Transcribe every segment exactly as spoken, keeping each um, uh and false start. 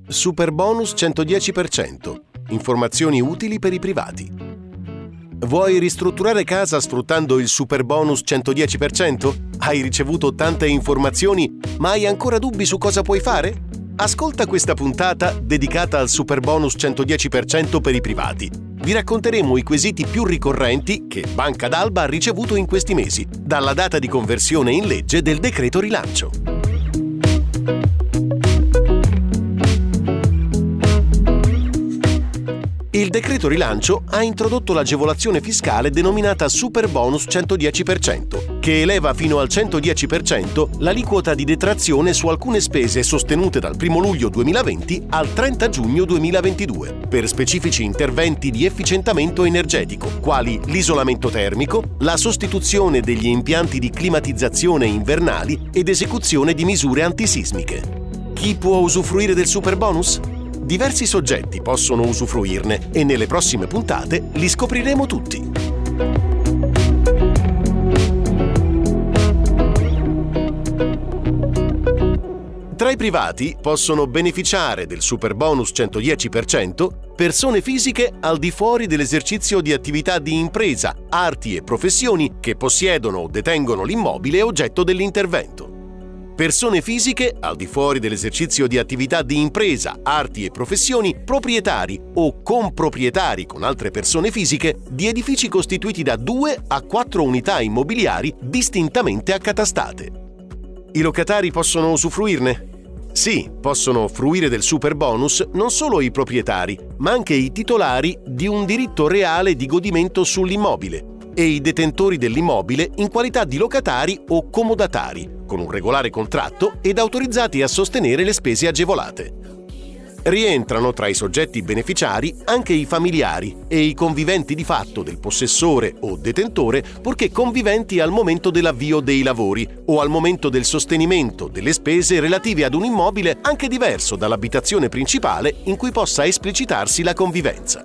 Superbonus centodieci per cento. Informazioni utili per i privati. Vuoi ristrutturare casa sfruttando il Superbonus centodieci per cento? Hai ricevuto tante informazioni, ma hai ancora dubbi su cosa puoi fare? Ascolta questa puntata dedicata al Superbonus centodieci per cento per i privati. Vi racconteremo i quesiti più ricorrenti che Banca d'Alba ha ricevuto in questi mesi, dalla data di conversione in legge del decreto rilancio. Il decreto rilancio ha introdotto l'agevolazione fiscale denominata Superbonus centodieci per cento, che eleva fino al centodieci per cento l'aliquota di detrazione su alcune spese sostenute dal primo luglio duemilaventi al trenta giugno duemilaventidue, per specifici interventi di efficientamento energetico, quali l'isolamento termico, la sostituzione degli impianti di climatizzazione invernali ed esecuzione di misure antisismiche. Chi può usufruire del Superbonus? Diversi soggetti possono usufruirne e nelle prossime puntate li scopriremo tutti. Tra i privati possono beneficiare del Superbonus centodieci per cento persone fisiche al di fuori dell'esercizio di attività di impresa, arti e professioni che possiedono o detengono l'immobile oggetto dell'intervento. Persone fisiche, al di fuori dell'esercizio di attività di impresa, arti e professioni, proprietari o comproprietari con altre persone fisiche di edifici costituiti da due a quattro unità immobiliari distintamente accatastate. I locatari possono usufruirne? Sì, possono fruire del Superbonus non solo i proprietari, ma anche i titolari di un diritto reale di godimento sull'immobile e i detentori dell'immobile in qualità di locatari o comodatari, con un regolare contratto ed autorizzati a sostenere le spese agevolate. Rientrano tra i soggetti beneficiari anche i familiari e i conviventi di fatto del possessore o detentore, purché conviventi al momento dell'avvio dei lavori o al momento del sostenimento delle spese relative ad un immobile anche diverso dall'abitazione principale in cui possa esplicitarsi la convivenza.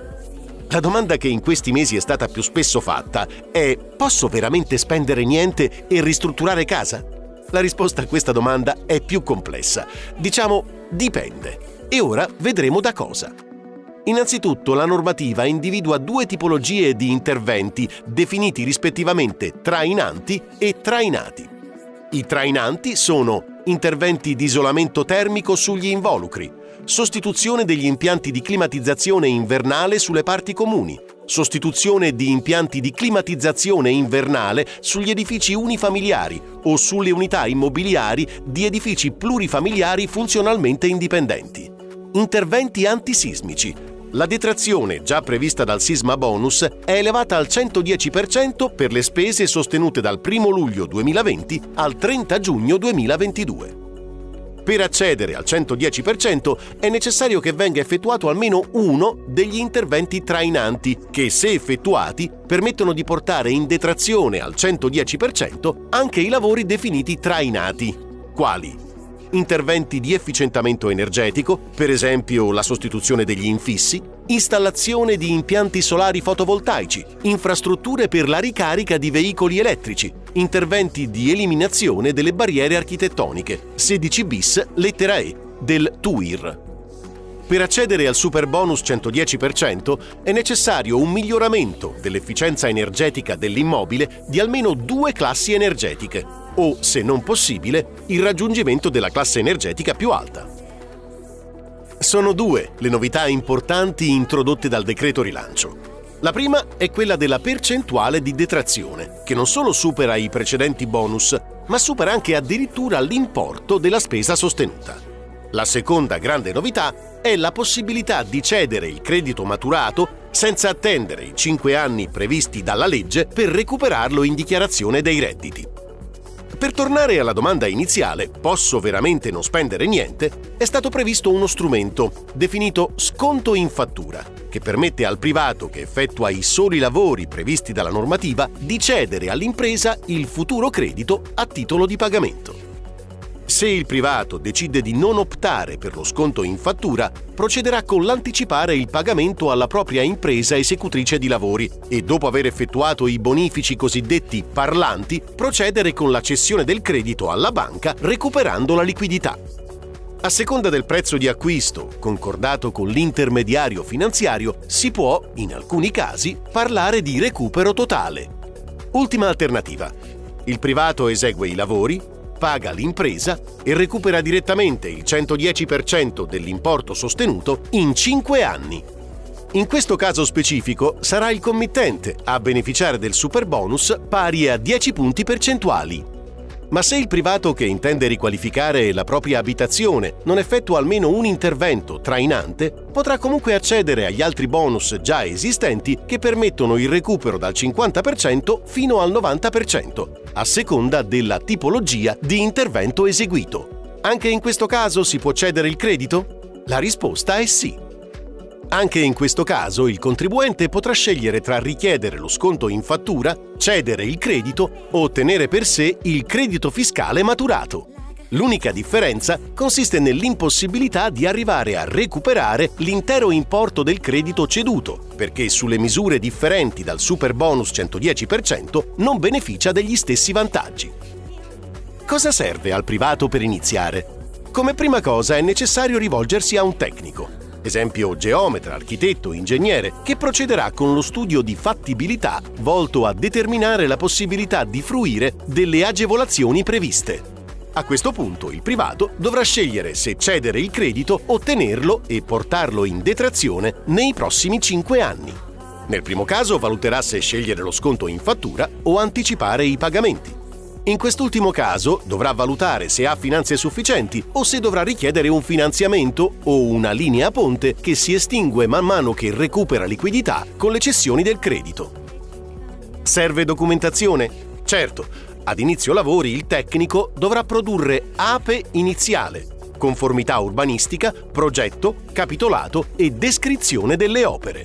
La domanda che in questi mesi è stata più spesso fatta è: posso veramente spendere niente e ristrutturare casa? La risposta a questa domanda è più complessa. Diciamo, dipende. E ora vedremo da cosa. Innanzitutto, la normativa individua due tipologie di interventi definiti rispettivamente trainanti e trainati. I trainanti sono interventi di isolamento termico sugli involucri, sostituzione degli impianti di climatizzazione invernale sulle parti comuni, sostituzione di impianti di climatizzazione invernale sugli edifici unifamiliari o sulle unità immobiliari di edifici plurifamiliari funzionalmente indipendenti. Interventi antisismici. La detrazione già prevista dal Sisma Bonus è elevata al centodieci per cento per le spese sostenute dal primo luglio duemilaventi al trenta giugno duemilaventidue. Per accedere al centodieci per cento è necessario che venga effettuato almeno uno degli interventi trainanti che, se effettuati, permettono di portare in detrazione al centodieci per cento anche i lavori definiti trainati, quali interventi di efficientamento energetico, per esempio la sostituzione degli infissi, installazione di impianti solari fotovoltaici, infrastrutture per la ricarica di veicoli elettrici, interventi di eliminazione delle barriere architettoniche, sedici bis lettera E del T U I R. Per accedere al Superbonus centodieci per cento è necessario un miglioramento dell'efficienza energetica dell'immobile di almeno due classi energetiche o, se non possibile, il raggiungimento della classe energetica più alta. Sono due le novità importanti introdotte dal decreto rilancio. La prima è quella della percentuale di detrazione, che non solo supera i precedenti bonus, ma supera anche addirittura l'importo della spesa sostenuta. La seconda grande novità è la possibilità di cedere il credito maturato senza attendere i cinque anni previsti dalla legge per recuperarlo in dichiarazione dei redditi. Per tornare alla domanda iniziale, posso veramente non spendere niente? È stato previsto uno strumento, definito sconto in fattura, che permette al privato che effettua i soli lavori previsti dalla normativa di cedere all'impresa il futuro credito a titolo di pagamento. Se il privato decide di non optare per lo sconto in fattura, procederà con l'anticipare il pagamento alla propria impresa esecutrice di lavori e, dopo aver effettuato i bonifici cosiddetti parlanti, procedere con la cessione del credito alla banca recuperando la liquidità. A seconda del prezzo di acquisto, concordato con l'intermediario finanziario, si può, in alcuni casi, parlare di recupero totale. Ultima alternativa. Il privato esegue i lavori, paga l'impresa e recupera direttamente il centodieci per cento dell'importo sostenuto in cinque anni. In questo caso specifico sarà il committente a beneficiare del superbonus pari a dieci punti percentuali. Ma se il privato che intende riqualificare la propria abitazione non effettua almeno un intervento trainante, potrà comunque accedere agli altri bonus già esistenti che permettono il recupero dal cinquanta per cento fino al novanta per cento, a seconda della tipologia di intervento eseguito. Anche in questo caso si può cedere il credito? La risposta è sì. Anche in questo caso il contribuente potrà scegliere tra richiedere lo sconto in fattura, cedere il credito o ottenere per sé il credito fiscale maturato. L'unica differenza consiste nell'impossibilità di arrivare a recuperare l'intero importo del credito ceduto, perché sulle misure differenti dal superbonus centodieci per cento non beneficia degli stessi vantaggi. Cosa serve al privato per iniziare? Come prima cosa è necessario rivolgersi a un tecnico. Esempio geometra, architetto, ingegnere, che procederà con lo studio di fattibilità volto a determinare la possibilità di fruire delle agevolazioni previste. A questo punto il privato dovrà scegliere se cedere il credito, ottenerlo e portarlo in detrazione nei prossimi cinque anni. Nel primo caso valuterà se scegliere lo sconto in fattura o anticipare i pagamenti. In quest'ultimo caso dovrà valutare se ha finanze sufficienti o se dovrà richiedere un finanziamento o una linea ponte che si estingue man mano che recupera liquidità con le cessioni del credito. Serve documentazione? Certo, ad inizio lavori il tecnico dovrà produrre A P E iniziale, conformità urbanistica, progetto, capitolato e descrizione delle opere.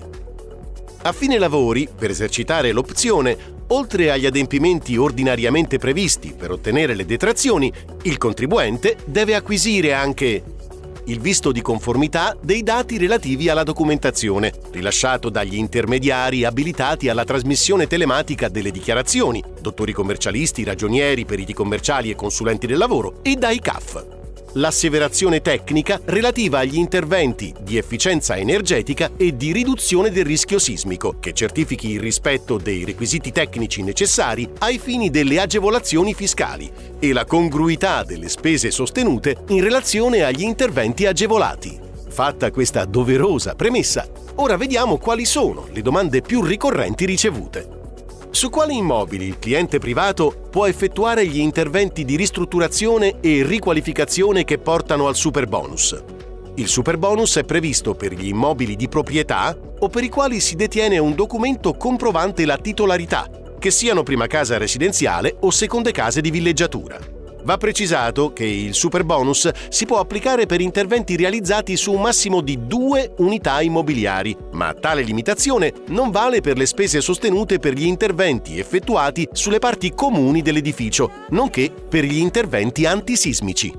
A fine lavori, per esercitare l'opzione, oltre agli adempimenti ordinariamente previsti per ottenere le detrazioni, il contribuente deve acquisire anche il visto di conformità dei dati relativi alla documentazione, rilasciato dagli intermediari abilitati alla trasmissione telematica delle dichiarazioni, dottori commercialisti, ragionieri, periti commerciali e consulenti del lavoro, e dai C A F. L'asseverazione tecnica relativa agli interventi di efficienza energetica e di riduzione del rischio sismico, che certifichi il rispetto dei requisiti tecnici necessari ai fini delle agevolazioni fiscali e la congruità delle spese sostenute in relazione agli interventi agevolati. Fatta questa doverosa premessa, ora vediamo quali sono le domande più ricorrenti ricevute. Su quali immobili il cliente privato può effettuare gli interventi di ristrutturazione e riqualificazione che portano al superbonus? Il superbonus è previsto per gli immobili di proprietà o per i quali si detiene un documento comprovante la titolarità, che siano prima casa residenziale o seconde case di villeggiatura. Va precisato che il superbonus si può applicare per interventi realizzati su un massimo di due unità immobiliari, ma tale limitazione non vale per le spese sostenute per gli interventi effettuati sulle parti comuni dell'edificio, nonché per gli interventi antisismici.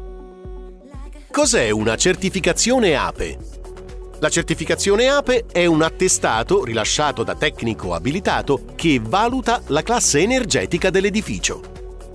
Cos'è una certificazione A P E? La certificazione A P E è un attestato rilasciato da tecnico abilitato che valuta la classe energetica dell'edificio.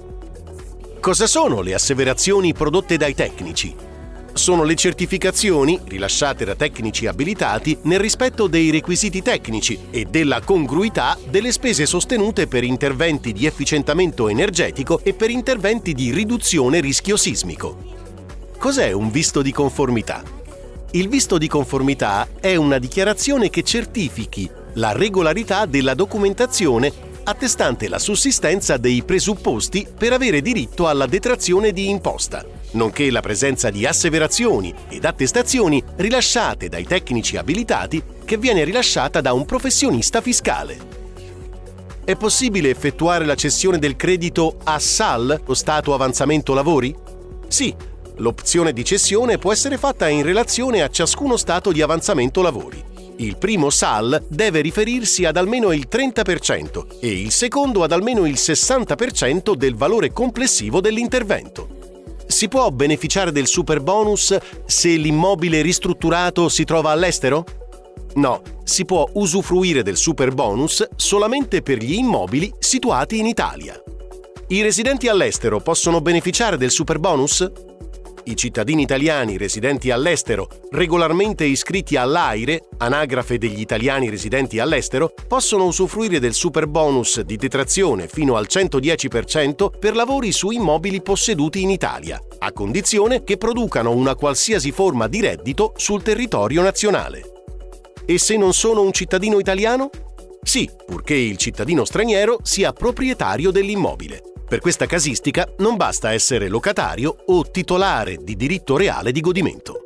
Cosa sono le asseverazioni prodotte dai tecnici? Sono le certificazioni rilasciate da tecnici abilitati nel rispetto dei requisiti tecnici e della congruità delle spese sostenute per interventi di efficientamento energetico e per interventi di riduzione rischio sismico. Cos'è un visto di conformità? Il visto di conformità è una dichiarazione che certifichi la regolarità della documentazione attestante la sussistenza dei presupposti per avere diritto alla detrazione di imposta, nonché la presenza di asseverazioni ed attestazioni rilasciate dai tecnici abilitati che viene rilasciata da un professionista fiscale. È possibile effettuare la cessione del credito a S A L, lo stato avanzamento lavori? Sì, l'opzione di cessione può essere fatta in relazione a ciascuno stato di avanzamento lavori. Il primo S A L deve riferirsi ad almeno il trenta per cento e il secondo ad almeno il sessanta per cento del valore complessivo dell'intervento. Si può beneficiare del superbonus se l'immobile ristrutturato si trova all'estero? No, si può usufruire del superbonus solamente per gli immobili situati in Italia. I residenti all'estero possono beneficiare del superbonus? I cittadini italiani residenti all'estero, regolarmente iscritti all'AIRE, anagrafe degli italiani residenti all'estero, possono usufruire del superbonus di detrazione fino al centodieci per cento per lavori su immobili posseduti in Italia, a condizione che producano una qualsiasi forma di reddito sul territorio nazionale. E se non sono un cittadino italiano? Sì, purché il cittadino straniero sia proprietario dell'immobile. Per questa casistica non basta essere locatario o titolare di diritto reale di godimento.